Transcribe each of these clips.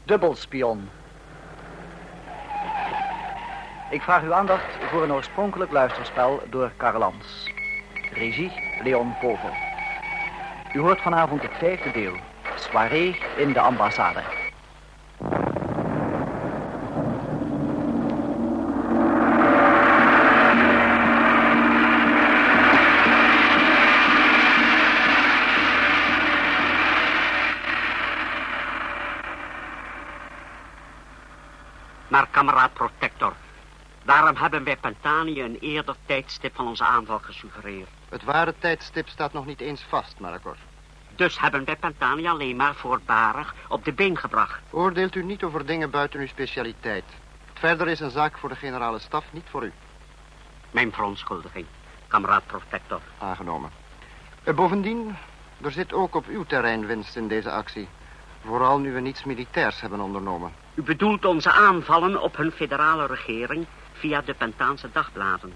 Dubbelspion. Ik vraag uw aandacht voor een oorspronkelijk luisterspel door Karl Lans. Regie Leon Povel. U hoort vanavond het 5e deel. Soirée in de ambassade. Maar kameraad Protector, waarom hebben wij Pentanië een eerder tijdstip van onze aanval gesuggereerd? Het ware tijdstip staat nog niet eens vast, Maracos. Dus hebben wij Pentanië alleen maar voorbarig op de been gebracht. Oordeelt u niet over dingen buiten uw specialiteit. Verder is een zaak voor de generale staf, niet voor u. Mijn verontschuldiging, kameraad Protector. Aangenomen. Bovendien, er zit ook op uw terrein winst in deze actie. Vooral nu we niets militairs hebben ondernomen. U bedoelt onze aanvallen op hun federale regering via de Pentaanse dagbladen.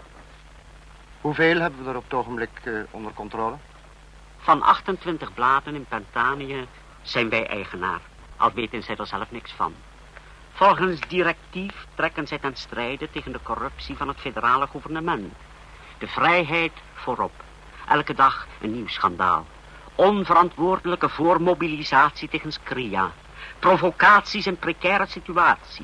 Hoeveel hebben we er op het ogenblik onder controle? Van 28 bladen in Pentanië zijn wij eigenaar, al weten zij er zelf niks van. Volgens directief trekken zij ten strijde tegen de corruptie van het federale gouvernement. De vrijheid voorop. Elke dag een nieuw schandaal. Onverantwoordelijke voormobilisatie tegen Skria. Provocaties in precaire situatie.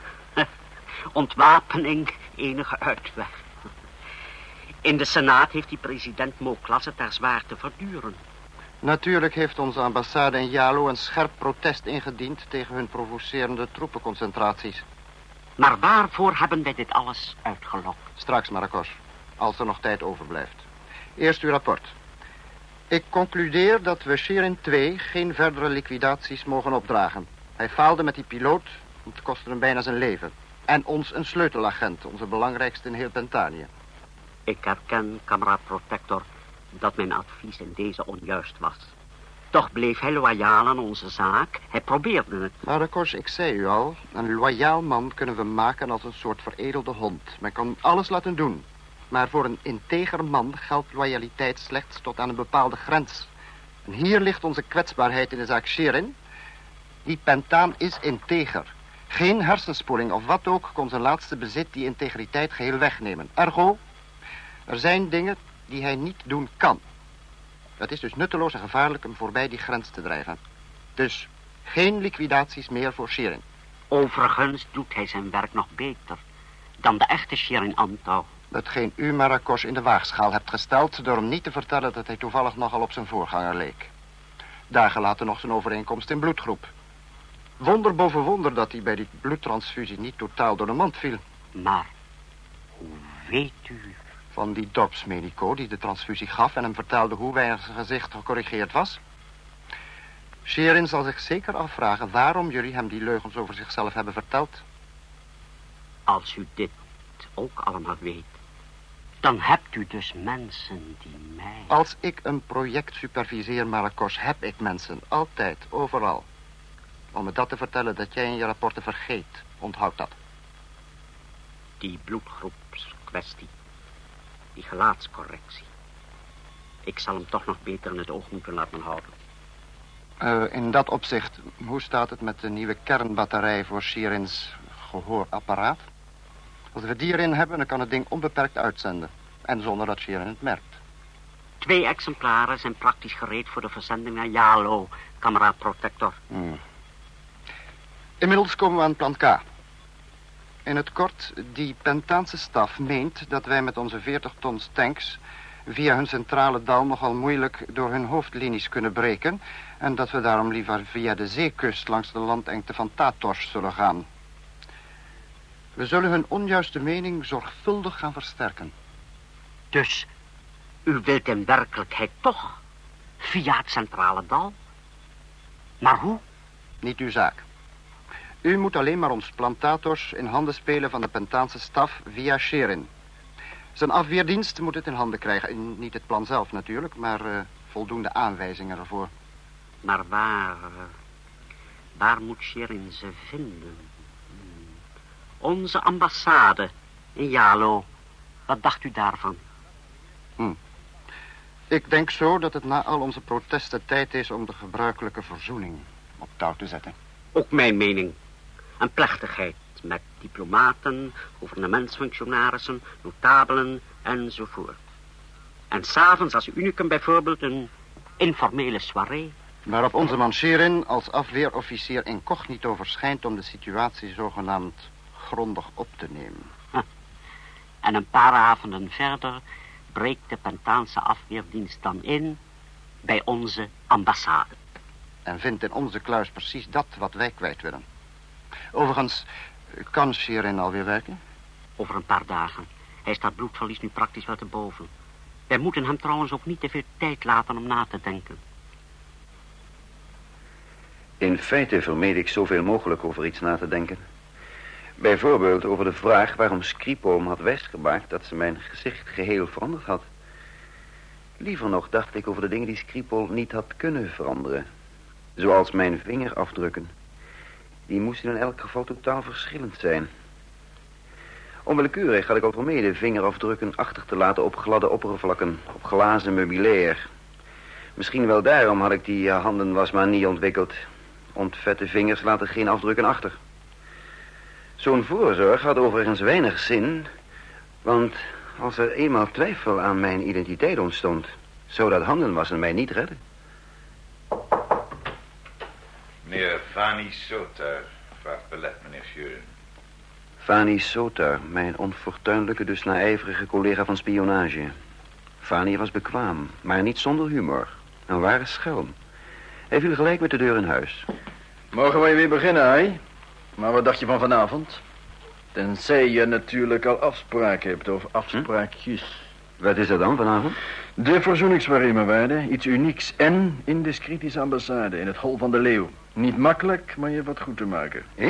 Ontwapening, enige uitweg. In de Senaat heeft die president Moklas het daar zwaar te verduren. Natuurlijk heeft onze ambassade in Jalo een scherp protest ingediend tegen hun provocerende troepenconcentraties. Maar waarvoor hebben wij dit alles uitgelokt? Straks, Maracos, als er nog tijd overblijft. Eerst uw rapport. Ik concludeer dat we Sherin 2 geen verdere liquidaties mogen opdragen. Hij faalde met die piloot, het kostte hem bijna zijn leven. En ons een sleutelagent, onze belangrijkste in heel Pentanië. Ik herken, kameraad Protector, dat mijn advies in deze onjuist was. Toch bleef hij loyaal aan onze zaak. Hij probeerde het. Maracos, ik zei u al, een loyaal man kunnen we maken als een soort veredelde hond. Men kan alles laten doen. Maar voor een integer man geldt loyaliteit slechts tot aan een bepaalde grens. En hier ligt onze kwetsbaarheid in de zaak Sherin. Die Pentaan is integer. Geen hersenspoeling of wat ook kon zijn laatste bezit die integriteit geheel wegnemen. Ergo, er zijn dingen die hij niet doen kan. Het is dus nutteloos en gevaarlijk hem voorbij die grens te drijven. Dus geen liquidaties meer voor Sherin. Overigens doet hij zijn werk nog beter dan de echte Sherin Anto. Hetgeen u, Maracos, in de waagschaal hebt gesteld door hem niet te vertellen dat hij toevallig nogal op zijn voorganger leek. Daargelaten nog zijn overeenkomst in bloedgroep. Wonder boven wonder dat hij bij die bloedtransfusie niet totaal door de mand viel. Maar hoe weet u? Van die dorpsmedico die de transfusie gaf en hem vertelde hoe weinig zijn gezicht gecorrigeerd was. Sherin zal zich zeker afvragen waarom jullie hem die leugens over zichzelf hebben verteld. Als u dit ook allemaal weet, dan hebt u dus mensen die mij... Als ik een project superviseer, Maracos, heb ik mensen. Altijd, overal. Om me dat te vertellen dat jij in je rapporten vergeet. Onthoud dat. Die bloedgroepskwestie. Die gelaatscorrectie. Ik zal hem toch nog beter in het oog moeten laten houden. In dat opzicht, hoe staat het met de nieuwe kernbatterij voor Sherins gehoorapparaat? Als we die erin hebben, dan kan het ding onbeperkt uitzenden. En zonder dat Sherin het merkt. 2 exemplaren zijn praktisch gereed voor de verzending naar Jalo, kameraad Protector. Inmiddels komen we aan plan K. In het kort, die Pentaanse staf meent dat wij met onze 40 tons tanks via hun centrale dal nogal moeilijk door hun hoofdlinies kunnen breken en dat we daarom liever via de zeekust langs de landengte van Tatos zullen gaan. We zullen hun onjuiste mening zorgvuldig gaan versterken. Dus u wilt in werkelijkheid toch via het centrale dal? Maar hoe? Niet uw zaak. U moet alleen maar ons plantatos in handen spelen van de Pentaanse staf via Sherin. Zijn afweerdienst moet het in handen krijgen. Niet het plan zelf natuurlijk, maar voldoende aanwijzingen ervoor. Maar waar moet Sherin ze vinden? Onze ambassade in Jalo. Wat dacht u daarvan? Ik denk zo dat het na al onze protesten tijd is om de gebruikelijke verzoening op touw te zetten. Ook mijn mening. Een plechtigheid met diplomaten, gouvernementsfunctionarissen, notabelen enzovoort. En 's avonds als unicum bijvoorbeeld een informele soirée. Waarop onze man Sherin als afweerofficier incognito verschijnt om de situatie zogenaamd grondig op te nemen. En een paar avonden verder breekt de Pentaanse afweerdienst dan in bij onze ambassade. En vindt in onze kluis precies dat wat wij kwijt willen. Overigens, kan Sherin alweer werken? Over een paar dagen. Hij staat bloedverlies nu praktisch wel te boven. Wij moeten hem trouwens ook niet te veel tijd laten om na te denken. In feite vermeed ik zoveel mogelijk over iets na te denken. Bijvoorbeeld over de vraag waarom Skripal me had wijsgemaakt dat ze mijn gezicht geheel veranderd had. Liever nog dacht ik over de dingen die Skripal niet had kunnen veranderen. Zoals mijn vingerafdrukken. Die moesten in elk geval totaal verschillend zijn. Onwillekeurig had ik al vermeden vingerafdrukken achter te laten op gladde oppervlakken, op glazen meubilair. Misschien wel daarom had ik die handenwasmanie ontwikkeld. Ontvette vingers laten geen afdrukken achter. Zo'n voorzorg had overigens weinig zin, want als er eenmaal twijfel aan mijn identiteit ontstond, zou dat handenwassen mij niet redden. Meneer Fani Sotar vraagt belet, meneer Sherin. Fani Sotar, mijn onfortuinlijke, dus naijverige collega van spionage. Fani was bekwaam, maar niet zonder humor. Een ware schelm. Hij viel gelijk met de deur in huis. Mogen wij weer beginnen, Hai? Maar wat dacht je van vanavond? Tenzij je natuurlijk al afspraken hebt, of afspraakjes. Wat is er dan vanavond? De verzoeningssoirée, mijn waarde. Iets unieks en in de Skritische ambassade, in het Hol van de Leeuw. Niet makkelijk, maar je hebt wat goed te maken. Ik?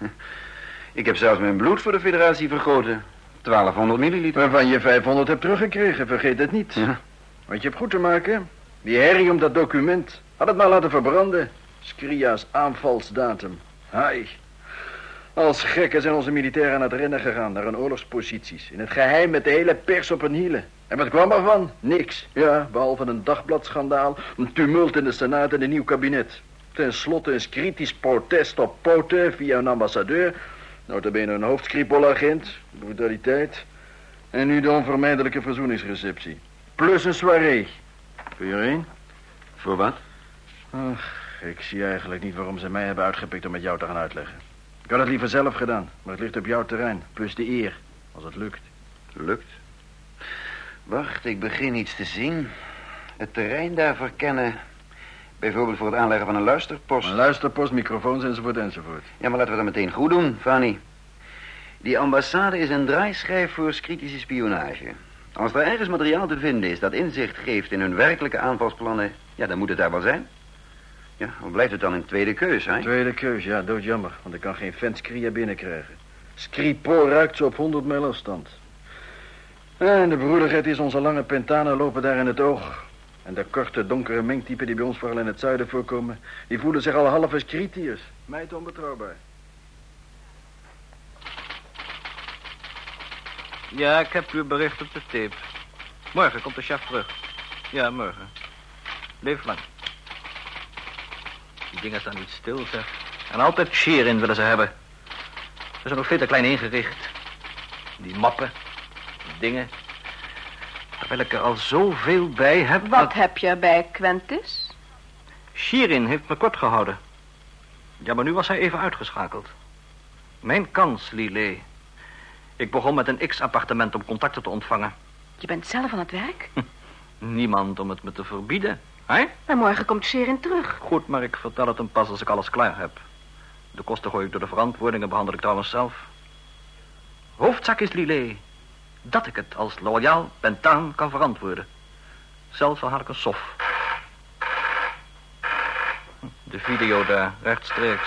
Ik heb zelfs mijn bloed voor de federatie vergoten. 1200 milliliter. Waarvan je 500 hebt teruggekregen, vergeet het niet. Ja. Wat je hebt goed te maken? Die herrie om dat document. Had het maar laten verbranden. Skria's aanvalsdatum. Hai. Als gekken zijn onze militairen aan het rennen gegaan naar hun oorlogsposities. In het geheim met de hele pers op hun hielen. En wat kwam ervan? Niks. Ja, behalve een dagbladschandaal, een tumult in de Senaat en een nieuw kabinet. Ten slotte een kritisch protest op poten via een ambassadeur. Nota bene een hoofdskriepolagent. Brutaliteit. En nu de onvermijdelijke verzoeningsreceptie. Plus een soirée. Kun je erin? Voor wat? Ach, ik zie eigenlijk niet waarom ze mij hebben uitgepikt om met jou te gaan uitleggen. Ik had het liever zelf gedaan, maar het ligt op jouw terrein. Plus de eer, als het lukt. Lukt? Wacht, ik begin iets te zien. Het terrein daar verkennen. Bijvoorbeeld voor het aanleggen van een luisterpost. Een luisterpost, microfoons enzovoort enzovoort. Ja, maar laten we dat meteen goed doen, Fanny. Die ambassade is een draaischijf voor kritische spionage. Als er ergens materiaal te vinden is dat inzicht geeft in hun werkelijke aanvalsplannen, ja, dan moet het daar wel zijn. Ja, hoe blijft het dan een tweede keus, hè? Tweede keus, ja, doodjammer. Want ik kan geen vent Skria binnenkrijgen. Skripal ruikt ze op 100 mijl afstand. En de broederheid is onze lange pentanen lopen daar in het oog. En de korte, donkere mengtypen die bij ons vooral in het zuiden voorkomen, die voelen zich al half als Kritiërs. Mijt onbetrouwbaar. Ja, ik heb uw bericht op de tape. Morgen komt de chef terug. Ja, morgen. Leef lang. Die dingen staan niet stil, zeg. En altijd Sherin willen ze hebben. Ze zijn nog veel te klein ingericht. Die mappen, die dingen. Terwijl ik er al zoveel bij heb. Wat heb je bij Quentis? Sherin heeft me kort gehouden. Ja, maar nu was hij even uitgeschakeld. Mijn kans, Lillet. Ik begon met een X-appartement om contacten te ontvangen. Je bent zelf aan het werk? Niemand om het me te verbieden. Hè? Maar morgen komt Sherin terug. Goed, maar ik vertel het hem pas als ik alles klaar heb. De kosten gooi ik door de verantwoording en behandel ik trouwens zelf. Hoofdzaak is, Lillet, dat ik het als loyaal pentaan kan verantwoorden. Zelf haal ik een sof. De video daar, rechtstreeks.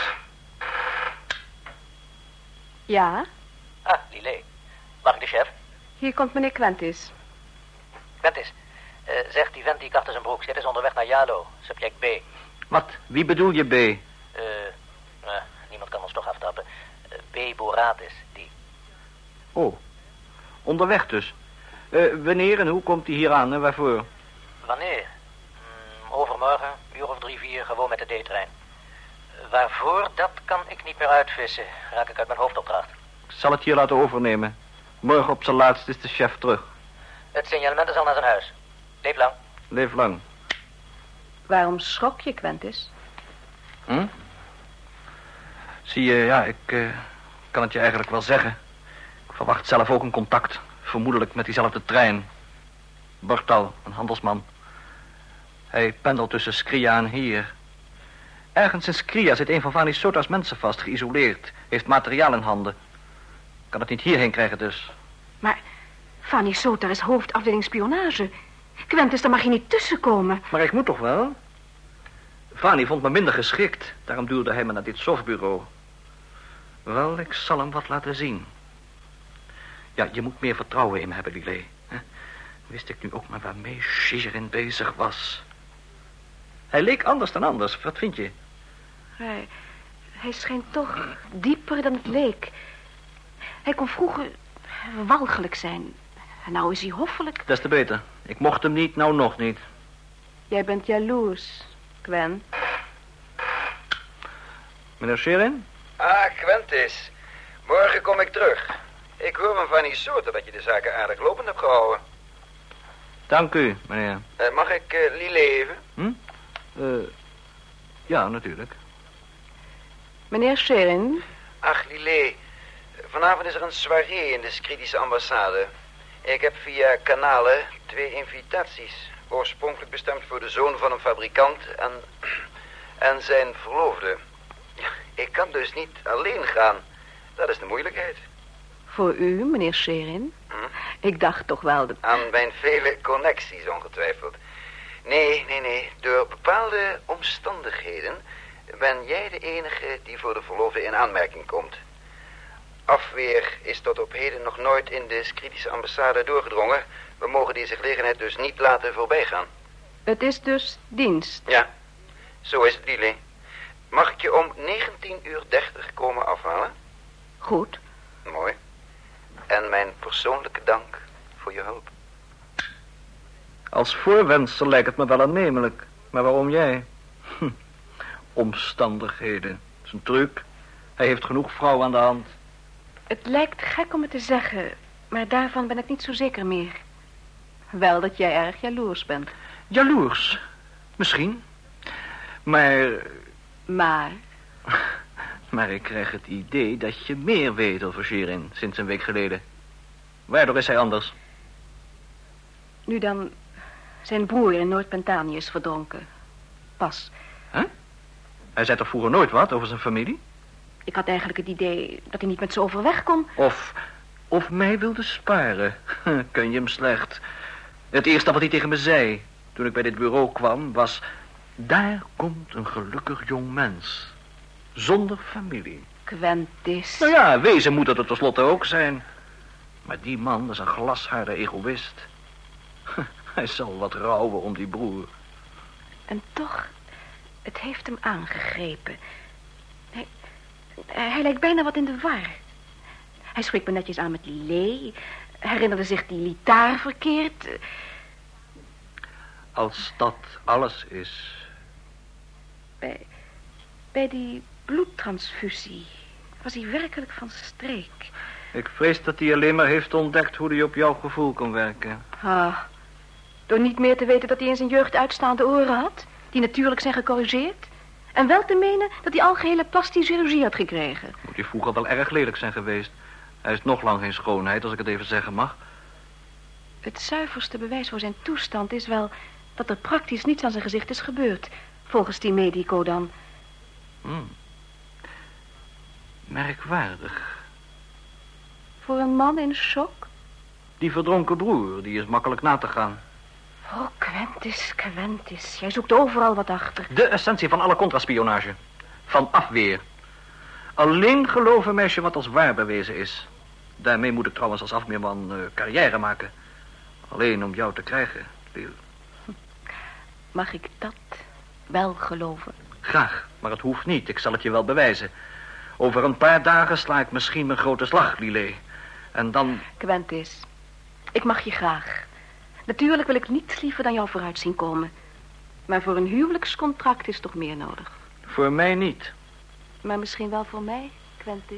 Ja, Ah, Lillet. Mag ik de chef? hier komt meneer Quentis. Quentis, zeg die vent die ik achter zijn broek zit is onderweg naar Jalo, subject B. Wat? Wie bedoel je, B? Niemand kan ons toch aftappen. B. Boratis, die. Oh, onderweg dus. Wanneer en hoe komt hij hier aan en waarvoor? Wanneer? Overmorgen, uur of 3, 4, gewoon met de D-trein. Waarvoor, dat kan ik niet meer uitvissen. Raak ik uit mijn hoofdopdracht. Ik zal het hier laten overnemen. Morgen op zijn laatst is de chef terug. Het signalement is al naar zijn huis. Leef lang. Leef lang. Waarom schrok je, Quentis? Zie je, ja, ik kan het je eigenlijk wel zeggen. Ik verwacht zelf ook een contact. Vermoedelijk met diezelfde trein. Bartal, een handelsman. Hij pendelt tussen Skria en hier. Ergens in Skria zit een van Vani Sota's mensen vast, geïsoleerd. Heeft materiaal in handen. Kan het niet hierheen krijgen dus. Maar Vani Sota is hoofdafdeling spionage. Quentis, daar mag je niet tussenkomen. Maar ik moet toch wel? Vani vond me minder geschikt. Daarom duwde hij me naar dit sofbureau. Wel, ik zal hem wat laten zien. Ja, je moet meer vertrouwen in me hebben, Lillet. Wist ik nu ook maar waarmee Shirin bezig was. Hij leek anders dan anders. Wat vind je? Hij schijnt toch dieper dan het leek. Hij kon vroeger walgelijk zijn. En nou is hij hoffelijk. Des te beter. Ik mocht hem niet, nou nog niet. Jij bent jaloers, Gwen. Meneer Shirin? Ah, Quentis. Morgen kom ik terug. Ik hoor van Vani Sota dat je de zaken aardig lopend hebt gehouden. Dank u, meneer. Mag ik Lillet even? Ja, natuurlijk. Meneer Shirin? Ach, Lillet. Vanavond is er een soirée in de Skridische ambassade. Ik heb via kanalen 2 invitaties. Oorspronkelijk bestemd voor de zoon van een fabrikant en zijn verloofde. Ik kan dus niet alleen gaan. Dat is de moeilijkheid. Voor u, meneer Shirin? Ik dacht toch wel dat... Aan mijn vele connecties, ongetwijfeld. Nee. Door bepaalde omstandigheden ben jij de enige die voor de verloofde in aanmerking komt. Afweer is tot op heden nog nooit in de Skridische ambassade doorgedrongen. We mogen deze gelegenheid dus niet laten voorbijgaan. Het is dus dienst. Ja, zo is het, Lillet. Mag ik je om 19:30 komen afhalen? Goed. Mooi. En mijn persoonlijke dank voor je hulp. Als voorwendsel lijkt het me wel aannemelijk. Maar waarom jij? Omstandigheden. Dat is een truc. Hij heeft genoeg vrouwen aan de hand. Het lijkt gek om het te zeggen, maar daarvan ben ik niet zo zeker meer. Wel dat jij erg jaloers bent. Jaloers? Misschien. Maar... Maar ik krijg het idee dat je meer weet over Shirin sinds een week geleden. Waardoor is hij anders? Nu dan, zijn broer in Noord-Pentanië is verdronken. Pas. Huh? Hij zei toch vroeger nooit wat over zijn familie? Ik had eigenlijk het idee dat hij niet met ze overweg kon. Of mij wilde sparen. Kun je hem slecht. Het eerste wat hij tegen me zei toen ik bij dit bureau kwam was... Daar komt een gelukkig jong mens. Zonder familie. Quentis. Nou ja, wezen moet het er tenslotte ook zijn. Maar die man is een glasharde egoïst. Hij zal wat rouwen om die broer. En toch, het heeft hem aangegrepen. Hij lijkt bijna wat in de war. Hij spreekt me netjes aan met Lillet. Herinnerde zich die litaar verkeerd. Als dat alles is... Bij die bloedtransfusie was hij werkelijk van streek. Ik vrees dat hij alleen maar heeft ontdekt hoe hij op jouw gevoel kon werken. Door niet meer te weten dat hij in zijn jeugd uitstaande oren had, die natuurlijk zijn gecorrigeerd. En wel te menen dat hij algehele plastische chirurgie had gekregen. Moet hij vroeger wel erg lelijk zijn geweest. Hij is nog lang geen schoonheid, als ik het even zeggen mag. Het zuiverste bewijs voor zijn toestand is wel dat er praktisch niets aan zijn gezicht is gebeurd. Volgens die medico dan. Merkwaardig. Voor een man in shock? Die verdronken broer, die is makkelijk na te gaan. Oh, Quentis. Jij zoekt overal wat achter. De essentie van alle contraspionage. Van afweer. Alleen geloven meisje wat als waar bewezen is. Daarmee moet ik trouwens als afweerman carrière maken. Alleen om jou te krijgen, Lil. Mag ik dat wel geloven? Graag, maar het hoeft niet. Ik zal het je wel bewijzen. Over een paar dagen sla ik misschien mijn grote slag, Lillet. En dan... Quentis, ik mag je graag. Natuurlijk wil ik niets liever dan jou vooruit zien komen. Maar voor een huwelijkscontract is toch meer nodig? Voor mij niet. Maar misschien wel voor mij, Quentis.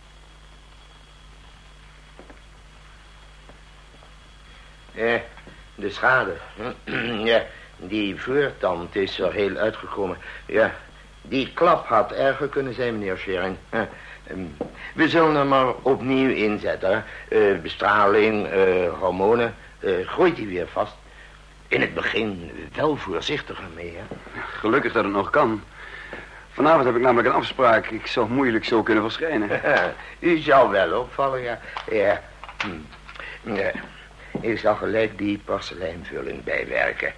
De schade. Ja, die voortand is er heel uitgekomen. Ja, die klap had erger kunnen zijn, meneer Scherin. We zullen hem maar opnieuw inzetten. Bestraling, hormonen. Gooit die weer vast. In het begin wel voorzichtiger mee, hè? Gelukkig dat het nog kan. Vanavond heb ik namelijk een afspraak. Ik zal moeilijk zo kunnen verschijnen. U zou wel opvallen, ja. Ja. Ja. Ik zal gelijk die porseleinvulling bijwerken.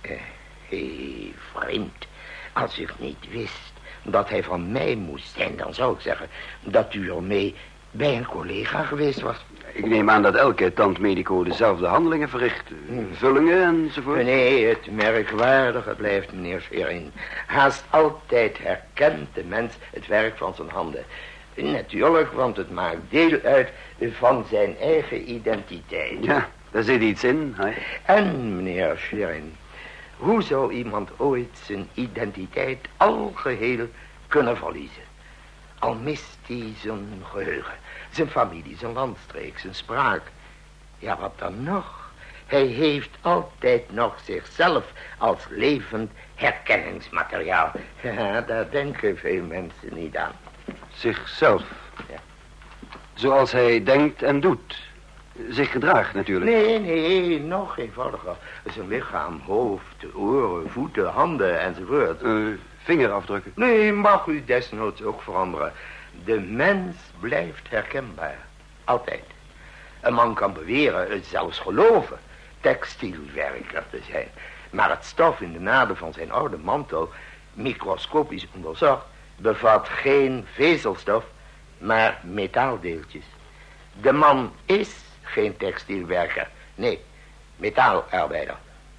Vreemd. Als ik niet wist dat hij van mij moest zijn, dan zou ik zeggen dat u ermee bij een collega geweest was. Ik neem aan dat elke tandmedico dezelfde handelingen verricht. Vullingen enzovoort. Nee, het merkwaardige blijft, meneer Scherin. Haast altijd herkent de mens het werk van zijn handen. Natuurlijk, want het maakt deel uit van zijn eigen identiteit. Ja, daar zit iets in. Hè? En, meneer Scherin, hoe zou iemand ooit zijn identiteit al geheel kunnen verliezen? Al mist hij zijn geheugen, zijn familie, zijn landstreek, zijn spraak. Ja, wat dan nog? Hij heeft altijd nog zichzelf als levend herkenningsmateriaal. Ja, daar denken veel mensen niet aan. Zichzelf? Ja. Zoals hij denkt en doet. Zich gedraagt natuurlijk. Nee, nog eenvoudiger. Zijn lichaam, hoofd, oren, voeten, handen enzovoort. Vingerafdrukken? Nee, mag u desnoods ook veranderen. De mens blijft herkenbaar. Altijd. Een man kan beweren, het zelfs geloven, textielwerker te zijn. Maar het stof in de naden van zijn oude mantel, microscopisch onderzocht, bevat geen vezelstof, maar metaaldeeltjes. De man is geen textielwerker. Nee, metaalarbeider.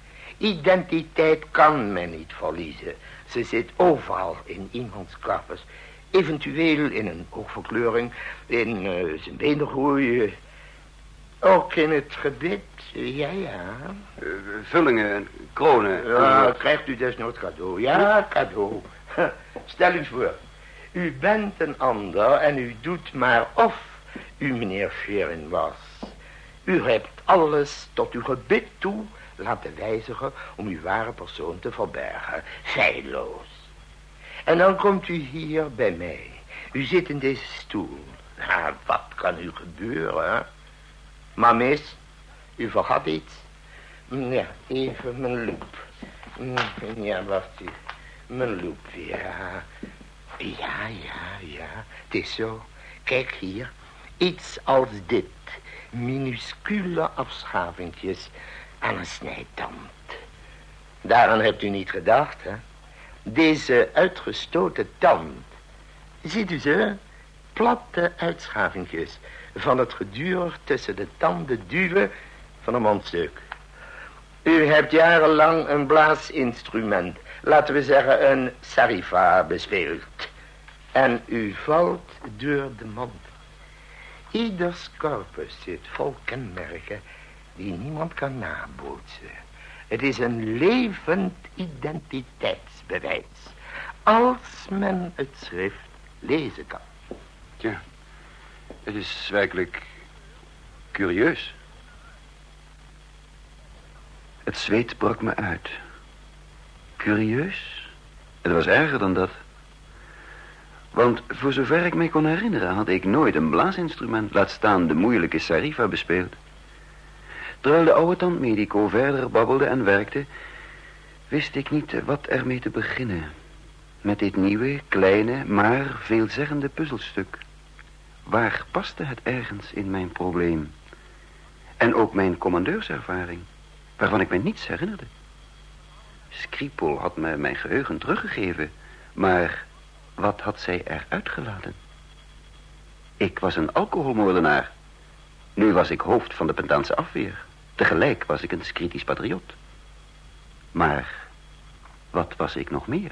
Identiteit kan men niet verliezen. Ze zit overal in iemands corpus. Eventueel in een oogverkleuring, in zijn benengroei. Ook in het gebit, ja. Vullingen, kronen. Ja, krijgt u desnoods cadeau. Ja, cadeau. Stel u voor, u bent een ander en u doet maar of u meneer Scherin was. U hebt alles tot uw gebit toe laten wijzigen om uw ware persoon te verbergen. Feilloos. En dan komt u hier bij mij. U zit in deze stoel. Nou, wat kan u gebeuren, hè? Maar mis, u vergat iets. Ja, even mijn loep. Ja, wacht u. Mijn loep, ja. Ja. Het is zo. Kijk hier. Iets als dit. Minuscule afschavingjes aan een snijtand. Daaraan hebt u niet gedacht, hè? Deze uitgestoten tand. Ziet u ze? Platte uitschavingjes van het geduur tussen de tanden duwen van een mondstuk. U hebt jarenlang een blaasinstrument, laten we zeggen een sarifa, bespeeld. En u valt door de mond. Ieders corpus zit vol kenmerken die niemand kan nabootsen. Het is een levend identiteitsbewijs. Als men het schrift lezen kan. Ja, het is werkelijk curieus. Het zweet brak me uit. Curieus? Het was erger dan dat. Want voor zover ik me kon herinneren had ik nooit een blaasinstrument, laat staan de moeilijke sarifa, bespeeld. Terwijl de oude tandmedico verder babbelde en werkte, wist ik niet wat ermee te beginnen. Met dit nieuwe, kleine, maar veelzeggende puzzelstuk. Waar paste het ergens in mijn probleem? En ook mijn commandeurservaring, waarvan ik me niets herinnerde. Skripal had me mijn geheugen teruggegeven, maar wat had zij eruit gelaten? Ik was een alcoholmoordenaar. Nu was ik hoofd van de Pentaanse afweer. Tegelijk was ik een kritisch patriot. Maar wat was ik nog meer?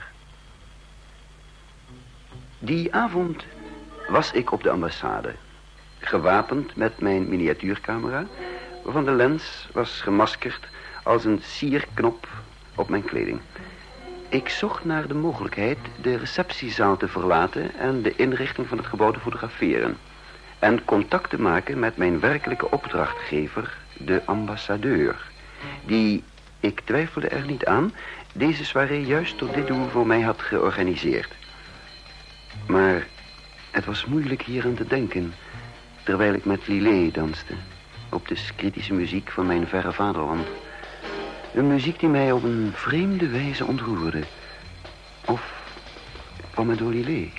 Die avond was ik op de ambassade. Gewapend met mijn miniatuurcamera, waarvan de lens was gemaskerd als een sierknop op mijn kleding. Ik zocht naar de mogelijkheid de receptiezaal te verlaten en de inrichting van het gebouw te fotograferen. En contact te maken met mijn werkelijke opdrachtgever, de ambassadeur. Die, ik twijfelde er niet aan, deze soirée juist tot dit doel voor mij had georganiseerd. Maar het was moeilijk hier aan te denken, terwijl ik met Lillet danste, op de scritische muziek van mijn verre vaderland. Een muziek die mij op een vreemde wijze ontroerde. Of kwam het door Lillet?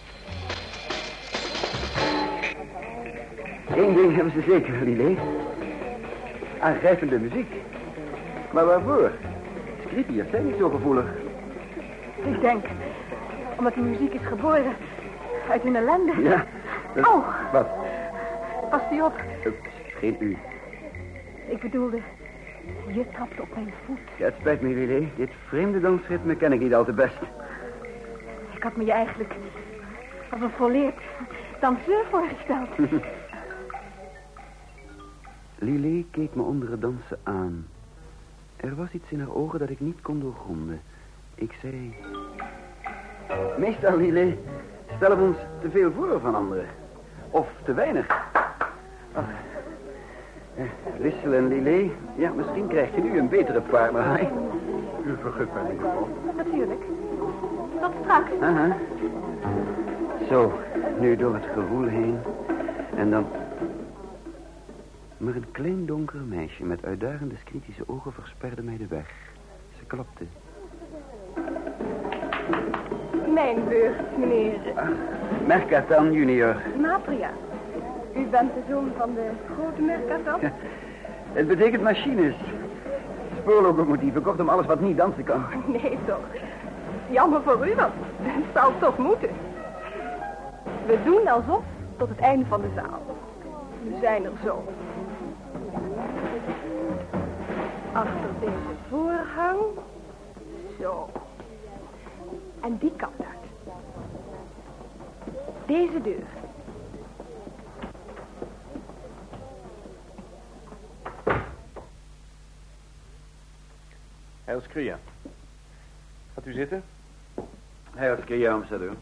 Eén ding hebben ze zeker, Lillet. Aangrijpende muziek. Maar waarvoor? Scritiërs zijn niet zo gevoelig. Ik denk, omdat de muziek is geboren uit hun ellende. Ja. Dat... Oh! Wat? Pas die op. Geen u. Ik bedoelde, je trapte op mijn voet. Ja, het spijt me, Lillet. Dit vreemde dansritme ken ik niet al te best. Ik had me je eigenlijk als een volleerd danseur voorgesteld. Lillet keek me onder het dansen aan. Er was iets in haar ogen dat ik niet kon doorgronden. Ik zei... Meestal, Lillet, stellen we ons te veel voor van anderen. Of te weinig. Ach. Wisselen, Lillet. Ja, misschien krijg je nu een betere partner, hè? U vergunt mij in ieder geval. Natuurlijk. Tot straks. Aha. Zo, nu door het gevoel heen. En dan... Maar een klein donker meisje met uitdagende kritische ogen versperde mij de weg. Ze klapte. Mijn beurt, meneer. Mercatan junior. Napria. U bent de zoon van de grote Mercatan? Ja, het betekent machines. Spoorlocomotieven, kortom alles wat niet dansen kan. Nee, toch. Jammer voor u, want het zal toch moeten. We doen alsof tot het einde van de zaal. We zijn er zo. Achter deze voorhang. Zo. En die kant uit. Deze deur. Heil Skria. Gaat u zitten? Heil Skria, ambassadeur.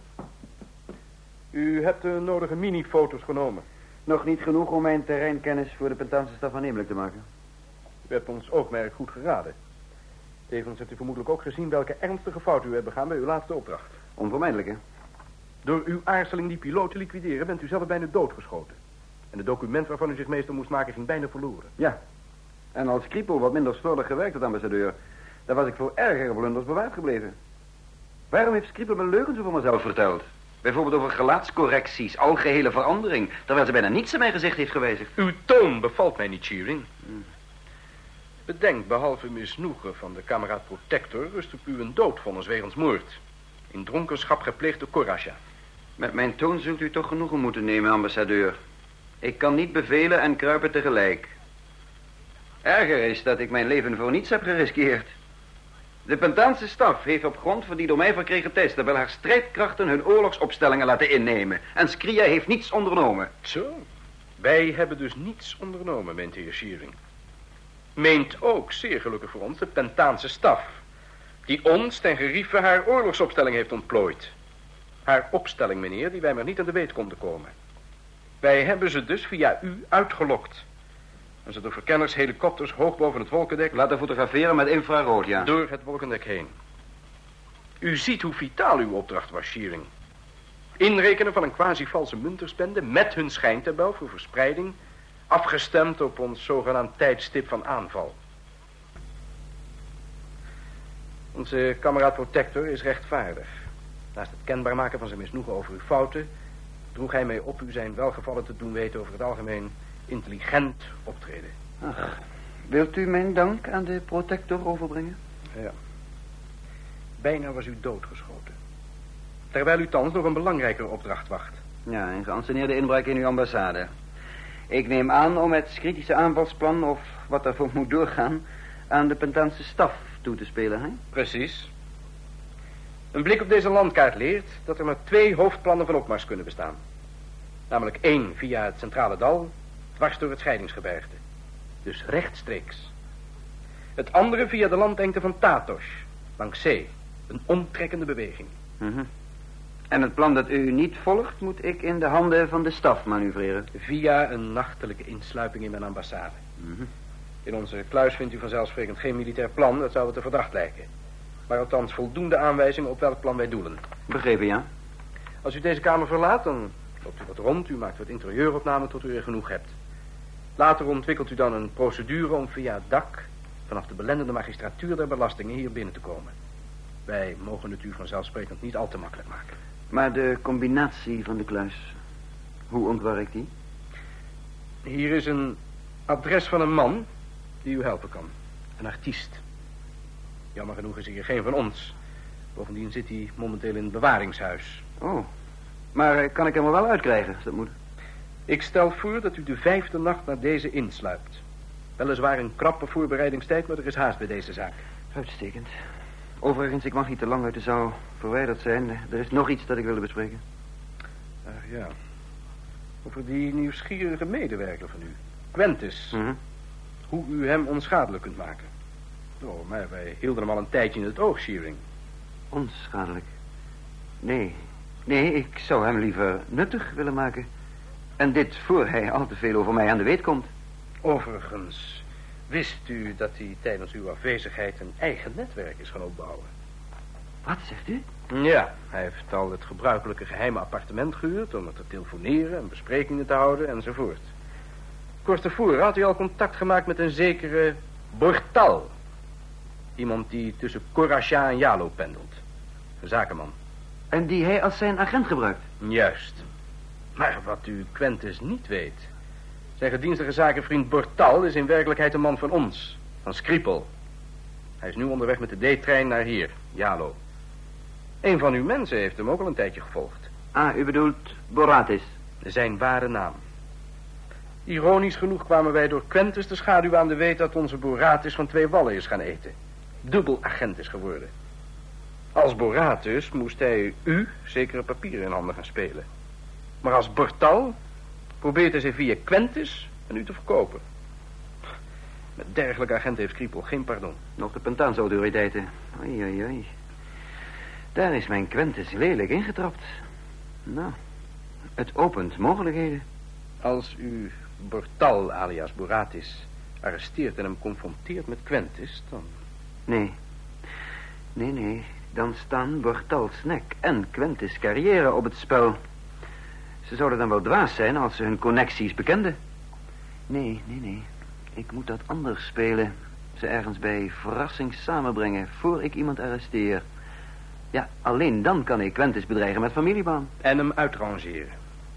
U hebt de nodige mini-foto's genomen. Nog niet genoeg om mijn terreinkennis voor de Pentaanse staf aannemelijk te maken. U hebt ons oogmerk goed geraden. Tevens hebt u vermoedelijk ook gezien welke ernstige fout u hebt begaan bij uw laatste opdracht. Onvermijdelijk, hè? Door uw aarzeling die piloot te liquideren bent u zelf bijna doodgeschoten. En het document waarvan u zich meester moest maken ging bijna verloren. Ja. En als Kriepel wat minder slordig gewerkt had, ambassadeur, dan was ik voor ergere blunders bewaard gebleven. Waarom heeft Skripel me leugens over mezelf verteld? Bijvoorbeeld over gelaatscorrecties, algehele verandering, terwijl ze bijna niets aan mijn gezicht heeft gewijzigd. Uw toon bevalt mij niet, Shearing. Bedenk, behalve misnoegen van de kameraad Protector, rust op u een doodvonnis wegens moord. In dronkenschap gepleegd door Coraja. Met mijn toon zult u toch genoegen moeten nemen, ambassadeur. Ik kan niet bevelen en kruipen tegelijk. Erger is dat ik mijn leven voor niets heb geriskeerd. De Pentaanse staf heeft op grond van die door mij verkregen tijdstabel haar strijdkrachten hun oorlogsopstellingen laten innemen. En Skria heeft niets ondernomen. Zo. Wij hebben dus niets ondernomen, meent de heer Shearing. Meent ook, zeer gelukkig voor ons, de Pentaanse staf, die ons ten gerieve haar oorlogsopstelling heeft ontplooid. Haar opstelling, meneer, die wij maar niet aan de weet konden komen. Wij hebben ze dus via u uitgelokt. En ze door verkenners helikopters hoog boven het wolkendek laten fotograferen met infrarood, ja. Door het wolkendek heen. U ziet hoe vitaal uw opdracht was, Shearing. Inrekenen van een quasi-valse munterspende met hun schijntabel voor verspreiding, afgestemd op ons zogenaamd tijdstip van aanval. Onze kameraad Protector is rechtvaardig. Naast het kenbaar maken van zijn misnoegen over uw fouten, droeg hij mij op u zijn welgevallen te doen weten over het algemeen intelligent optreden. Ach, wilt u mijn dank aan de Protector overbrengen? Ja. Bijna was u doodgeschoten. Terwijl u thans nog een belangrijkere opdracht wacht. Ja, een geanceneerde inbraak in uw ambassade. Ik neem aan om het kritische aanvalsplan, of wat daarvoor moet doorgaan, aan de Pentaanse staf toe te spelen, hè? Precies. Een blik op deze landkaart leert dat er maar 2 hoofdplannen van opmars kunnen bestaan. Namelijk 1 via het centrale dal, dwars door het scheidingsgebergte. Dus rechtstreeks. Het andere via de landengte van Tatos, langs zee, Een omtrekkende beweging. En het plan dat u niet volgt, moet ik in de handen van de staf manoeuvreren. Via een nachtelijke insluiping in mijn ambassade. In onze kluis vindt u vanzelfsprekend geen militair plan, dat zou het te verdacht lijken. Maar althans voldoende aanwijzingen op welk plan wij doelen. Begrepen, ja. Als u deze kamer verlaat, dan loopt u wat rond, u maakt wat interieuropnamen tot u er genoeg hebt. Later ontwikkelt u dan een procedure om via het dak, vanaf de belendende magistratuur der belastingen, hier binnen te komen. Wij mogen het u vanzelfsprekend niet al te makkelijk maken. Maar de combinatie van de kluis, hoe ontwerkt die? Hier is een adres van een man die u helpen kan. Een artiest. Jammer genoeg is hier geen van ons. Bovendien zit hij momenteel in het bewaringshuis. Oh, maar kan ik hem er wel uitkrijgen, als dat moet? Ik stel voor dat u de 5e nacht naar deze insluipt. Weliswaar een krappe voorbereidingstijd, maar er is haast bij deze zaak. Uitstekend. Overigens, ik mag niet te lang uit de zaal verwijderd zijn. Er is nog iets dat ik wilde bespreken. Ach ja. Over die nieuwsgierige medewerker van u. Quentis. Hoe u hem onschadelijk kunt maken. Oh, maar wij hielden hem al een tijdje in het oog, Shearing. Onschadelijk? Nee, ik zou hem liever nuttig willen maken. En dit voor hij al te veel over mij aan de weet komt. Overigens, wist u dat hij tijdens uw afwezigheid een eigen netwerk is gaan opbouwen? Wat zegt u? Ja, hij heeft al het gebruikelijke geheime appartement gehuurd om er te telefoneren en besprekingen te houden enzovoort. Kort tevoren had hij al contact gemaakt met een zekere Bortal. Iemand die tussen Coraccia en Jalo pendelt. Een zakenman. En die hij als zijn agent gebruikt? Juist. Maar wat u Quentis niet weet. Zijn gedienstige zakenvriend Bortal is in werkelijkheid een man van ons. Van Skripal. Hij is nu onderweg met de D-trein naar hier, Jalo. Een van uw mensen heeft hem ook al een tijdje gevolgd. Ah, u bedoelt Boratis? Zijn ware naam. Ironisch genoeg kwamen wij door Quentis de schaduw aan de weet dat onze Boratis van 2 wallen is gaan eten. Dubbel agent is geworden. Als Boratis moest hij u zekere papieren in handen gaan spelen. Maar als Bortal probeert hij ze via Quentis aan u te verkopen. Met dergelijke agent heeft Skripal geen pardon. Nog de Pentaanse autoriteiten. Oei. Daar is mijn Quentis lelijk ingetrapt. Nou, het opent mogelijkheden. Als u Bortal alias Boratis arresteert en hem confronteert met Quentis, dan... Nee. Dan staan Bortal's nek en Quentis' carrière op het spel. Ze zouden dan wel dwaas zijn als ze hun connecties bekenden. Nee. Ik moet dat anders spelen. Ze ergens bij verrassing samenbrengen voor ik iemand arresteer. Ja, alleen dan kan ik Quentis bedreigen met familiebaan. En hem uitrangeren.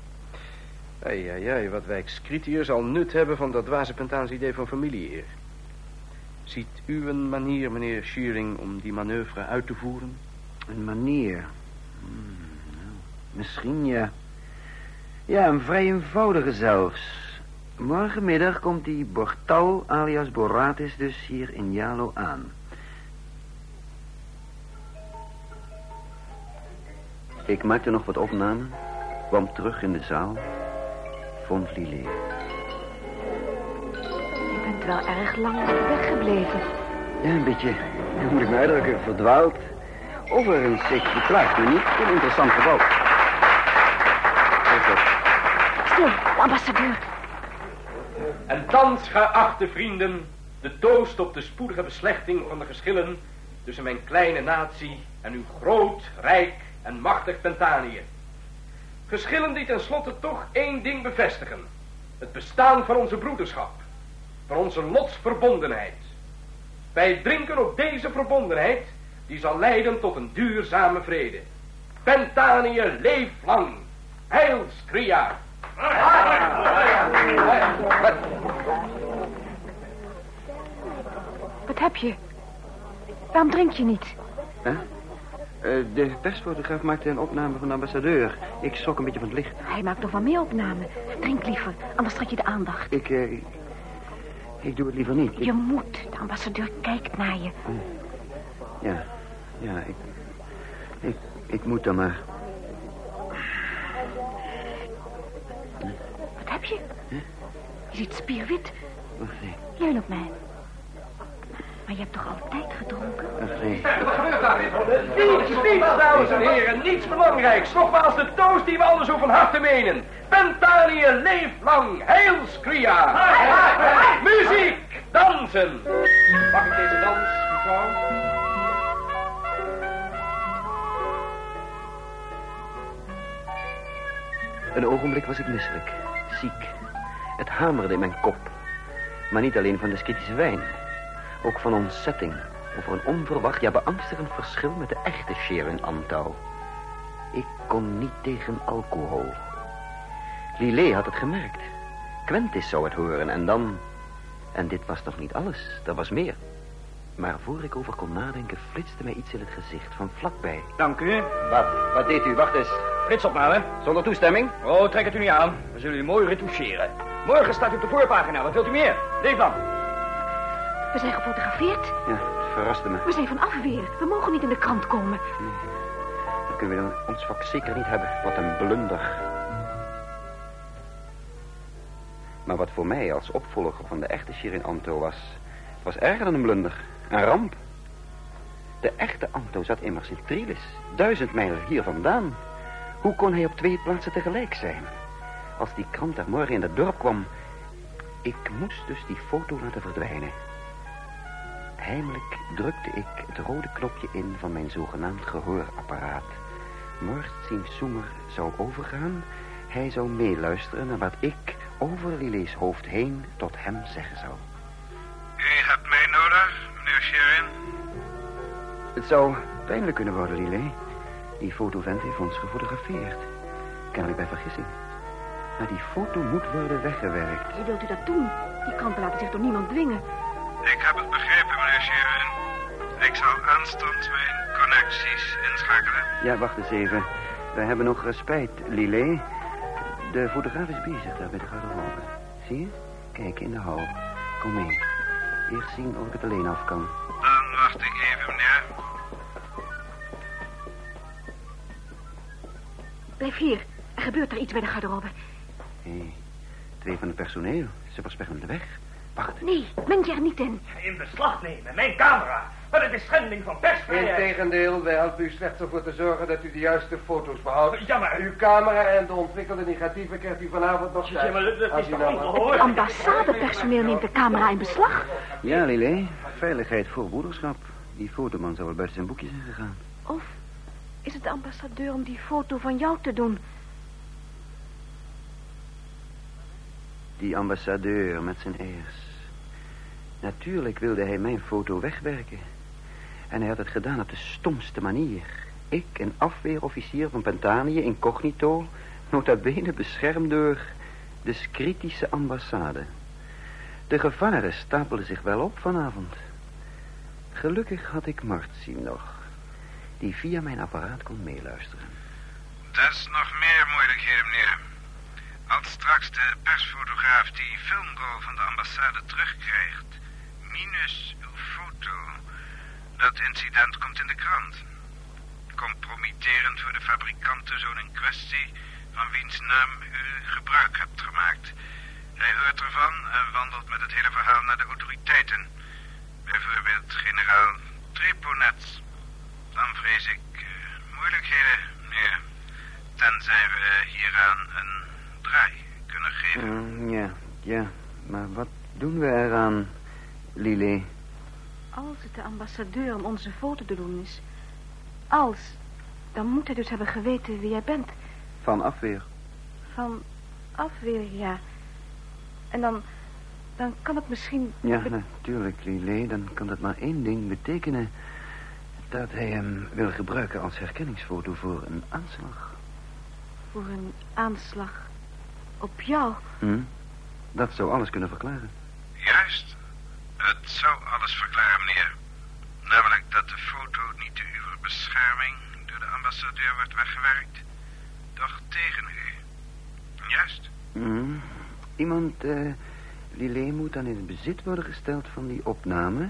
Ai, wat wijkt Skriet hier zal nut hebben van dat dwaze Pentaanse idee van familieeer. Ziet u een manier, meneer Shearing, om die manoeuvre uit te voeren? Een manier? Misschien, ja. Ja, een vrij eenvoudige zelfs. Morgenmiddag komt die Bortal alias Boratis dus hier in Jalo aan. Ik maakte nog wat opnamen, kwam terug in de zaal, vond Lilé. Je bent wel erg lang weggebleven. Ja, een beetje, hoe moet ik me uitdrukken, verdwaald. Overigens, ik beklaag me niet, een interessant geval. Stil, de ambassadeur. En thans, geachte vrienden, de toost op de spoedige beslechting van de geschillen tussen mijn kleine natie en uw groot, rijk en machtig Pentanië. Geschillen die tenslotte toch één ding bevestigen. Het bestaan van onze broederschap. Van onze lotsverbondenheid. Wij drinken op deze verbondenheid die zal leiden tot een duurzame vrede. Pentanië leef lang. Heil Skria. Wat heb je? Waarom drink je niet? De persfotograaf maakte een opname van de ambassadeur. Ik schrok een beetje van het licht. Hij maakt nog wel meer opnamen. Drink liever, anders trek je de aandacht. Ik doe het liever niet. Je moet. De ambassadeur kijkt naar je. Ja, ik moet dan maar. Wat heb je? Je ziet spierwit. Wacht even. Leun op mij. Maar je hebt toch altijd gedronken? Nee. Wat gebeurt daar? Niets, dames en heren. Niets belangrijks. Nogmaals de toast die we alle zo van harte menen. Pentanië, leef lang. Heil Skria. Muziek, dansen. Mag ik deze dans, mevrouw? Een ogenblik was ik misselijk, ziek. Het hamerde in mijn kop. Maar niet alleen van de skytische wijn. Ook van ontzetting over een onverwacht, ja beangstigend verschil met de echte Sherin Amthau. Ik kon niet tegen alcohol. Lillet had het gemerkt. Quentis zou het horen en dan... En dit was nog niet alles, er was meer. Maar voor ik over kon nadenken, flitste mij iets in het gezicht van vlakbij. Dank u. Wat deed u? Wacht eens. Flitsopname. Zonder toestemming? Oh, trek het u niet aan. We zullen u mooi retoucheren. Morgen staat u op de voorpagina. Wat wilt u meer? Leef dan. We zijn gefotografeerd. Ja, het verraste me. We zijn van afweer. We mogen niet in de krant komen. Nee, dat kunnen we in ons vak zeker niet hebben. Wat een blunder. Maar wat voor mij als opvolger van de echte Sherin Amthau was erger dan een blunder. Een ramp. De echte Amthau zat immers in Trilis, 1000 mijl hier vandaan. Hoe kon hij op 2 plaatsen tegelijk zijn? Als die krant daar morgen in het dorp kwam... Ik moest dus die foto laten verdwijnen. Heimelijk drukte ik het rode knopje in van mijn zogenaamd gehoorapparaat. Mortzien Soemer zou overgaan. Hij zou meeluisteren naar wat ik over Lillet's hoofd heen tot hem zeggen zou. U hebt mij nodig, meneer Sherin? Het zou pijnlijk kunnen worden, Lillet. Die fotovent heeft ons gefotografeerd. Kennelijk bij vergissing. Maar die foto moet worden weggewerkt. Hoe wilt u dat doen? Die kranten laten zich door niemand dwingen. Ik heb het begrepen, meneer Sherin. Ik zal aanstonds mijn connecties inschakelen. Ja, wacht eens even. Wij hebben nog spijt, Lillet. De fotograaf is bezig daar bij de garderobe. Zie je? Kijk, in de hal. Kom mee. Eerst zien of ik het alleen af kan. Dan wacht ik even, meneer. Blijf hier. Er gebeurt er iets bij de garderobe. Hé, 2 van het personeel. Ze versperren de weg. Wacht. Nee, meng je er niet in. In beslag nemen, mijn camera. Wat het is schending van persvrijheid. Integendeel, wij helpen u slechts ervoor te zorgen dat u de juiste foto's behoudt. Ja, maar... Uw camera en de ontwikkelde negatieven krijgt u vanavond nog Ja, maar dat is toch ongehoord? Het ambassadepersoneel neemt de camera in beslag. Ja, Lillet. Veiligheid voor broederschap. Die fotoman zou wel buiten zijn boekje zijn gegaan. Of is het de ambassadeur om die foto van jou te doen? Die ambassadeur met zijn airs. Natuurlijk wilde hij mijn foto wegwerken. En hij had het gedaan op de stomste manier. Ik, een afweerofficier van Pentanië, incognito, nota bene beschermd door de Skytische ambassade. De gevaren stapelden zich wel op vanavond. Gelukkig had ik Mortzien nog, die via mijn apparaat kon meeluisteren. Dat is nog meer moeilijkheden, meneer. Als straks de persfotograaf die filmrol van de ambassade terugkrijgt, minus uw foto, dat incident komt in de krant. Compromitterend voor de fabrikantenzoon in kwestie, van wiens naam u gebruik hebt gemaakt. Hij hoort ervan en wandelt met het hele verhaal naar de autoriteiten. Bijvoorbeeld generaal Treponets. Dan vrees ik moeilijkheden, meneer. Tenzij we hieraan een draai kunnen geven. Ja, maar wat doen we eraan, Lillet? Als het de ambassadeur om onze foto te doen is... dan moet hij dus hebben geweten wie jij bent. Van afweer. Van afweer, ja. En dan kan het misschien... Ja, natuurlijk, Lillet. Dan kan dat maar één ding betekenen. Dat hij hem wil gebruiken als herkenningsfoto voor een aanslag. Voor een aanslag op jou? Dat zou alles kunnen verklaren. Juist. Het zou alles verklaren, meneer. Namelijk dat de foto niet te uw bescherming door de ambassadeur wordt weggewerkt, doch tegen u. Juist. Iemand, Lillet, moet dan in het bezit worden gesteld van die opname.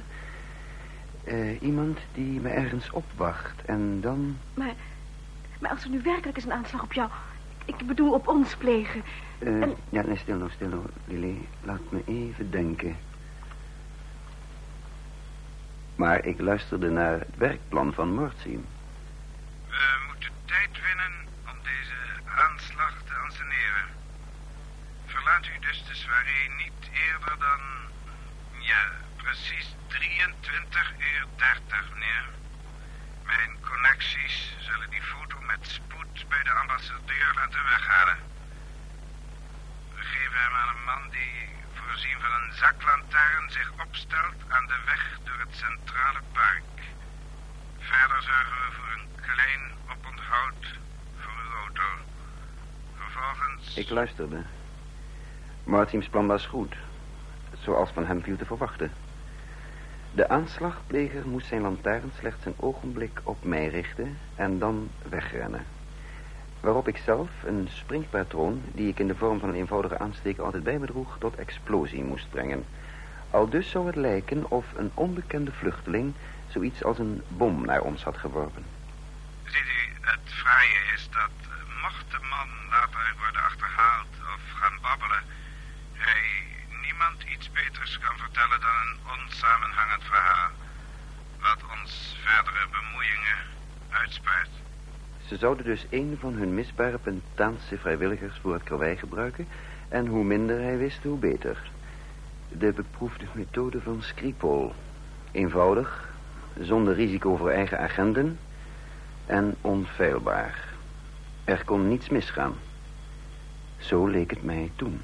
Iemand die me ergens opwacht en dan... Maar als er nu werkelijk eens een aanslag op jou... Ik bedoel op ons plegen. Ja, nee, stil nou, Lillet. Laat me even denken. Maar ik luisterde naar het werkplan van Mortzien. We moeten tijd winnen om deze aanslag te anseneren. Verlaat u dus de soirée niet eerder dan... ja, precies 23:30, meneer. Mijn connecties zullen die foto met spoed bij de ambassadeur laten weghalen. We geven hem aan een man die, voorzien van een zaklantaarn, zich opstelt aan de weg door het centrale park. Verder zorgen we voor een klein oponthoud voor uw auto. Vervolgens... Ik luisterde. Mortziens plan was goed. Zoals van hem viel te verwachten. De aanslagpleger moest zijn lantaarn slechts een ogenblik op mij richten en dan wegrennen. Waarop ik zelf een springpatroon, die ik in de vorm van een eenvoudige aansteker altijd bij me droeg, tot explosie moest brengen. Aldus zou het lijken of een onbekende vluchteling zoiets als een bom naar ons had geworpen. Ziet u, het fraaie is dat, mocht de man later worden achterhaald of gaan babbelen, hij niemand iets beters kan vertellen dan een onsamenhangend verhaal, wat ons verdere bemoeiingen uitspaart. Ze zouden dus een van hun misbare Pentaanse vrijwilligers voor het karwei gebruiken, en hoe minder hij wist, hoe beter. De beproefde methode van Skripal. Eenvoudig, zonder risico voor eigen agenten en onfeilbaar. Er kon niets misgaan. Zo leek het mij toen.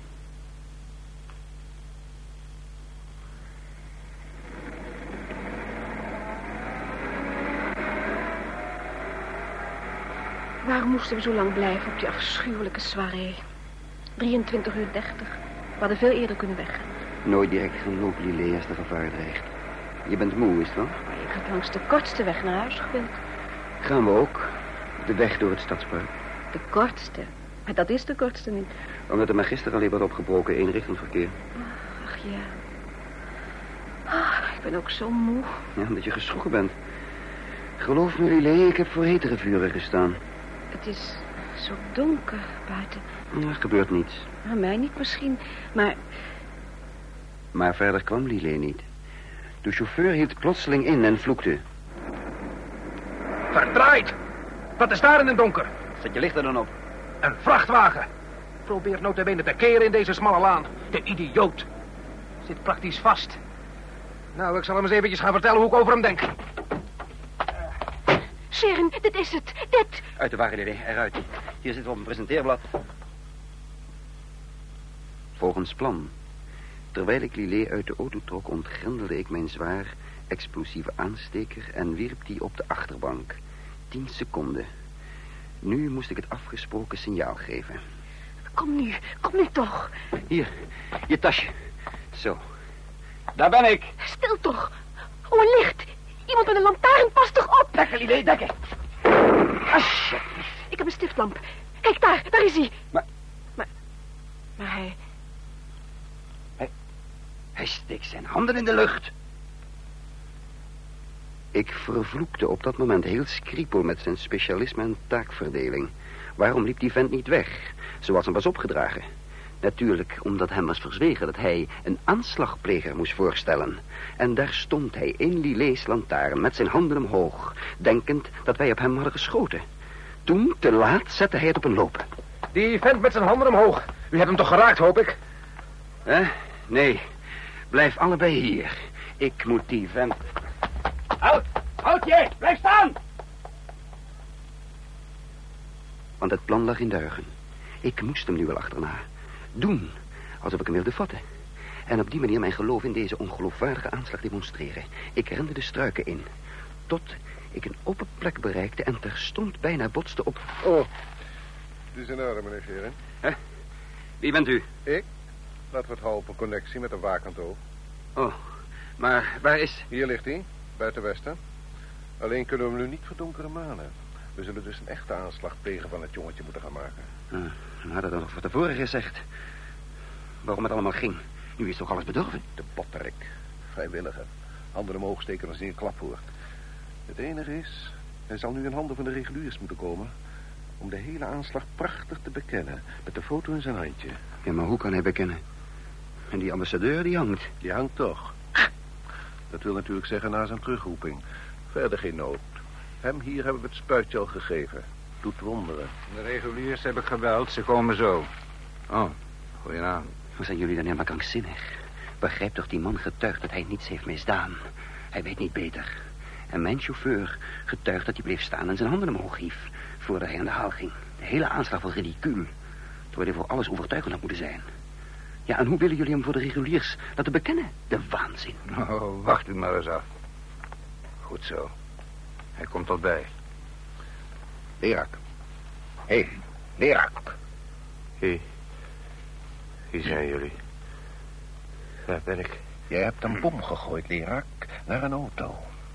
Waarom moesten we zo lang blijven op die afschuwelijke soirée? 23:30. We hadden veel eerder kunnen weggaan. Nooit direct gaan lopen, Lillet, als de gevaar dreigt. Je bent moe, is het wel? Maar ik had langs de kortste weg naar huis gewild. Gaan we ook. De weg door het stadspark. De kortste? Maar dat is de kortste niet. Omdat er maar gisteren alleen wat opgebroken eenrichtend verkeer. Ach ja. Ik ben ook zo moe. Ja, omdat je geschrokken bent. Geloof me, Lillet, ik heb voor hetere vuren gestaan. Het is zo donker buiten. Er gebeurt niets. Aan mij niet misschien, maar... Maar verder kwam Lillet niet. De chauffeur hield plotseling in en vloekte. Verdraaid! Wat is daar in het donker? Zet je lichten dan op. Een vrachtwagen. Probeert nota bene te keren in deze smalle laan. De idioot. Zit praktisch vast. Nou, ik zal hem eens eventjes gaan vertellen hoe ik over hem denk. Sharon, dit is het. Dit. Uit de wagen, Lillet. Eruit. Hier zitten we op een presenteerblad. Volgens plan. Terwijl ik Lillet uit de auto trok, ontgrendelde ik mijn zwaar explosieve aansteker en wierp die op de achterbank. 10 seconden. Nu moest ik het afgesproken signaal geven. Kom nu toch. Hier, je tasje. Zo. Daar ben ik. Stil toch. Oh, een licht. Iemand met een lantaarn, pas toch op. Dekken, Lillet, dekken. Ik heb een stiftlamp. Kijk daar is hij. Maar hij... Hij steekt zijn handen in de lucht. Ik vervloekte op dat moment heel Skripal met zijn specialisme en taakverdeling. Waarom liep die vent niet weg, zoals hem was opgedragen? Natuurlijk omdat hem was verzwegen dat hij een aanslagpleger moest voorstellen. En daar stond hij in Lillet's lantaarn met zijn handen omhoog, denkend dat wij op hem hadden geschoten. Toen, te laat, zette hij het op een loop. Die vent met zijn handen omhoog. U hebt hem toch geraakt, hoop ik? Nee. Blijf allebei hier. Ik moet die vent... Houd je! Blijf staan! Want het plan lag in duigen. Ik moest hem nu wel achterna. Doen, alsof ik hem wilde vatten. En op die manier mijn geloof in deze ongeloofwaardige aanslag demonstreren. Ik rende de struiken in. Tot ik een open plek bereikte en terstond bijna botste op... Oh, het is in orde, meneer Sharon. Wie bent u? Ik? Laten we het houden op een connectie met een wakend oog. Oh, maar waar is... Hier ligt hij, buiten Westen. Alleen kunnen we hem nu niet verdonkeren manen. We zullen dus een echte aanslag plegen van het jongetje moeten gaan maken. We hadden dat nog van tevoren gezegd. Waarom het allemaal ging. Nu is toch alles bedorven? De botterik. Vrijwilliger. Handen omhoog steken als hij een klap hoort. Het enige is... hij zal nu in handen van de reguliers moeten komen... om de hele aanslag prachtig te bekennen. Met de foto in zijn handje. Ja, maar hoe kan hij bekennen? En die ambassadeur, die hangt. Die hangt toch. Dat wil natuurlijk zeggen na zijn terugroeping. Verder geen nood. Hem hier hebben we het spuitje al gegeven. Doet wonderen. De reguliers heb ik gebeld, ze komen zo. Oh, goedenavond. Hoe zijn jullie dan helemaal krankzinnig? Begrijp toch, die man getuigt dat hij niets heeft misdaan. Hij weet niet beter. En mijn chauffeur getuigt dat hij bleef staan en zijn handen omhoog hief voordat hij aan de haal ging. De hele aanslag was ridicuul, terwijl hij voor alles overtuigend had moeten zijn. Ja, en hoe willen jullie hem voor de reguliers laten bekennen? De waanzin. Oh, wacht het maar eens af. Goed zo. Hij komt al bij. Lerak. Hé, Lerak. Wie zijn jullie? Waar ben ik? Jij hebt een bom gegooid, Lerak, naar een auto.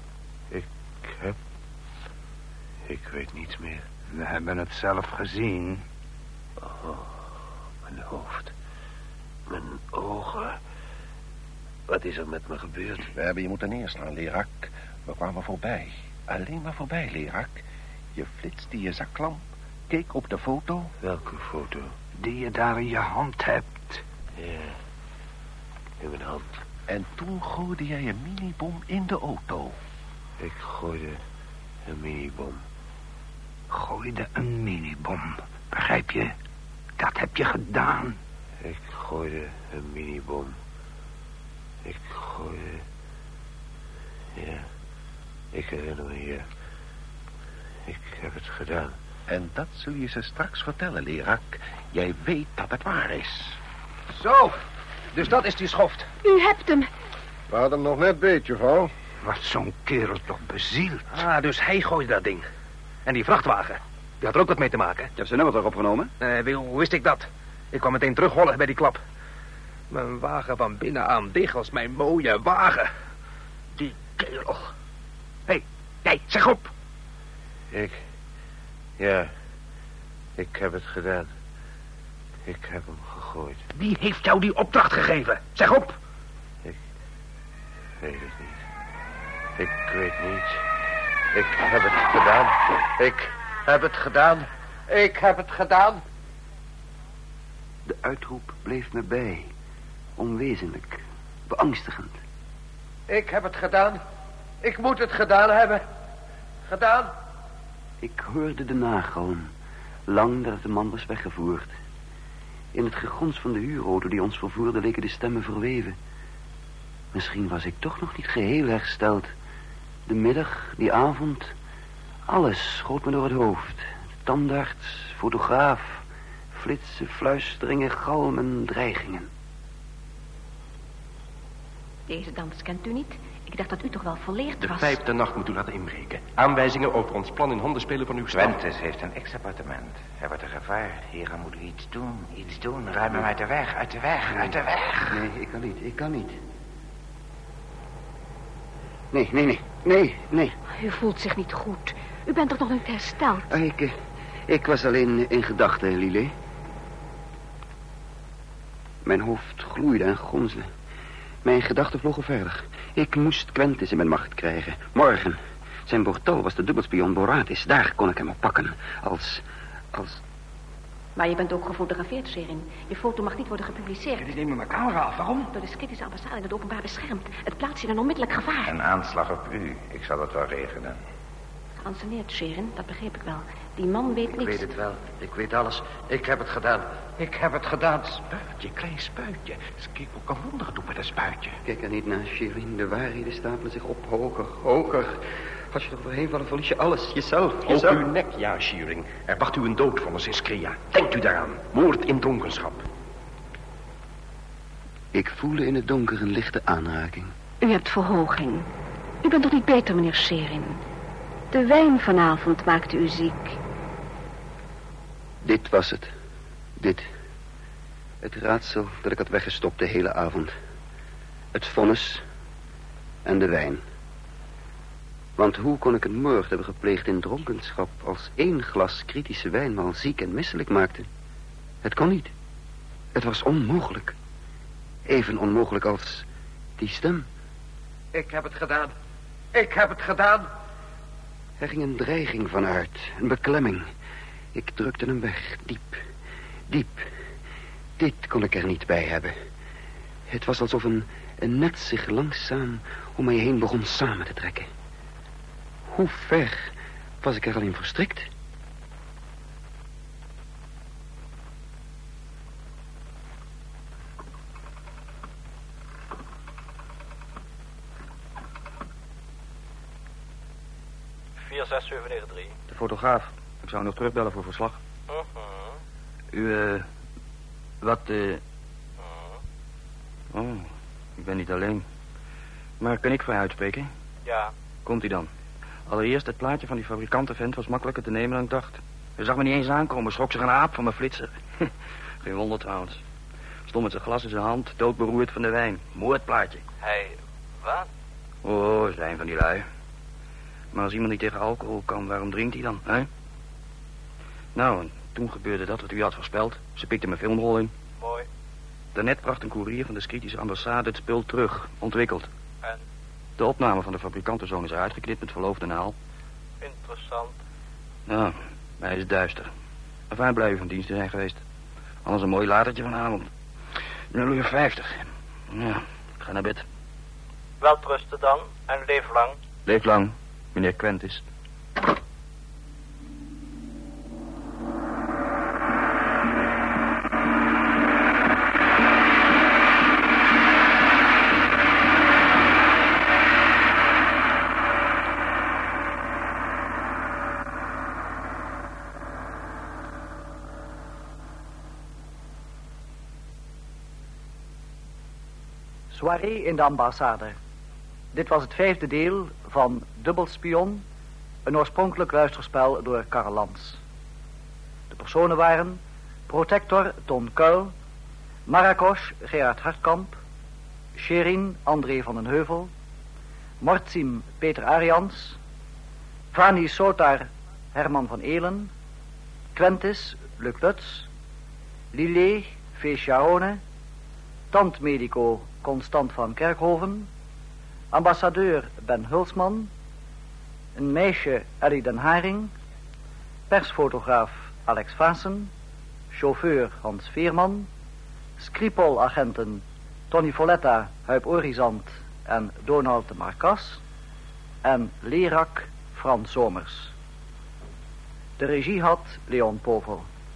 Ik weet niets meer. We hebben het zelf gezien. Oh, mijn hoofd. Mijn ogen. Wat is er met me gebeurd? We hebben je moeten neerslaan, Lerak. We kwamen voorbij. Alleen maar voorbij, Lerak. Je flitste je zaklamp, keek op de foto. Welke foto? Die je daar in je hand hebt. Ja, in mijn hand. En toen gooide jij een minibom in de auto. Ik gooide een minibom. Gooide een minibom, begrijp je? Dat heb je gedaan. Ik gooide een minibom. Ik gooide... Ja, ik herinner me, ja. Ik heb het gedaan. En dat zul je ze straks vertellen, Lerak. Jij weet dat het waar is. Zo, dus dat is die schoft. U hebt hem. We hadden hem nog net beet, juffrouw. Wat zo'n kerel toch bezield. Ah, dus hij gooide dat ding. En die vrachtwagen, die had er ook wat mee te maken. Je hebt zijn nummer toch opgenomen? Hoe wist ik dat? Ik kwam meteen terughollen bij die klap. Mijn wagen van binnenaan dicht als mijn mooie wagen. Die kerel. Hé, jij, zeg op. Ja, ik heb het gedaan. Ik heb hem gegooid. Wie heeft jou die opdracht gegeven? Zeg op. Ik weet het niet. Ik weet niet. Ik heb het gedaan. Ik heb het gedaan. Ik heb het gedaan. De uitroep bleef me bij. Onwezenlijk. Beangstigend. Ik heb het gedaan. Ik moet het gedaan hebben. Gedaan. Ik hoorde de nagalm. Lang nadat de man was weggevoerd. In het gegons van de huurauto die ons vervoerde leken de stemmen verweven. Misschien was ik toch nog niet geheel hersteld. De middag, die avond, alles schoot me door het hoofd. Tandarts, fotograaf, flitsen, fluisteringen, galmen, dreigingen. Deze dans kent u niet. Ik dacht dat u toch wel volleerd was. De 5e nacht moet u laten inbreken. Aanwijzingen over ons plan in handen spelen van uw stad. Quentis heeft een ex-appartement. Hij wordt een gevaar. Hieran moet u iets doen. Iets doen. Ruim hem uit de weg. Uit de weg. Uit de weg. Nee, ik kan niet. Nee. U voelt zich niet goed. U bent toch nog niet hersteld? Ik was alleen in gedachten, Lilé. Mijn hoofd gloeide en gonsde. Mijn gedachten vlogen verder. Ik moest Quentis in mijn macht krijgen. Morgen. Zijn portal was de dubbelspion Boratis. Daar kon ik hem op pakken. Als... Maar je bent ook gefotografeerd, Sherin. Je foto mag niet worden gepubliceerd. Jullie nemen mijn camera af. Waarom? Door de Skritische ambassade in het openbaar beschermd. Het plaatst je in onmiddellijk gevaar. Een aanslag op u. Ik zal het wel regelen. Geanceneerd, Sherin. Dat begreep ik wel. Die man weet niks. Ik weet het wel. Ik weet alles. Ik heb het gedaan. Ik heb het gedaan. Spuitje, klein spuitje. Skipper kan wonderen doen met een spuitje. Kijk er niet naar, Sherin. De waarheden stapelen zich op. Hoger. Als je er overheen valt, verlies je alles. Jezelf. Ook uw nek, ja, Shearing. Er wacht u een doodvonnis in Skria. Denkt u daaraan. Moord in dronkenschap. Ik voelde in het donker een lichte aanraking. U hebt verhoging. U bent toch niet beter, meneer Sherin? De wijn vanavond maakte u ziek. Dit was het. Het raadsel dat ik had weggestopt de hele avond. Het vonnis en de wijn. Want hoe kon ik een moord hebben gepleegd in dronkenschap als 1 glas kritische wijn me al ziek en misselijk maakte? Het kon niet. Het was onmogelijk. Even onmogelijk als die stem. Ik heb het gedaan. Ik heb het gedaan. Er ging een dreiging vanuit, een beklemming. Ik drukte hem weg, diep. Dit kon ik er niet bij hebben. Het was alsof een een net zich langzaam om mij heen begon samen te trekken. Hoe ver was ik er al in verstrikt? De fotograaf. Ik zou nog terugbellen voor verslag. Oh, ik ben niet alleen. Maar kan ik vrij uitspreken? Ja. Komt-ie dan. Allereerst, het plaatje van die fabrikantenvent was makkelijker te nemen dan ik dacht. Hij zag me niet eens aankomen, schrok zich een aap van mijn flitser. Geen wonder trouwens. Stond met zijn glas in zijn hand, doodberoerd van de wijn. Moordplaatje. Hij... wat? Oh, zijn van die lui. Maar als iemand niet tegen alcohol kan, waarom drinkt hij dan, hè? Nou, en toen gebeurde dat wat u had voorspeld. Ze pikte mijn filmrol in. Mooi. Daarnet bracht een koerier van de Skytische ambassade het spul terug, ontwikkeld. En? De opname van de fabrikantenzoon is eruit geknipt met verloofd en haal. Interessant. Nou, hij is duister. Enfin, blijven van dienst te zijn geweest. Anders een mooi latertje vanavond. 0:50. Ja, ik ga naar bed. Welterusten dan en leef lang. Leef lang, meneer Quentis. Soirée in de ambassade. Dit was het 5e deel van Dubbelspion, een oorspronkelijk luisterspel door Karl Lans. De personen waren Protector Ton Kuil, Marrakosh Gerard Hartkamp, Sherin André van den Heuvel, Mortsim Peter Arians, Vani Sotar Herman van Elen, Quentis Luc Lutz, Lillet Fee Charone, Tandmedico Constant van Kerkhoven, ambassadeur Ben Hulsman, een meisje Ellie den Haring, persfotograaf Alex Vaassen, chauffeur Hans Veerman, Skripol-agenten Tony Folletta, Huip Orizant en Donald de Marcas en Lerak Frans Somers. De regie had Leon Povel.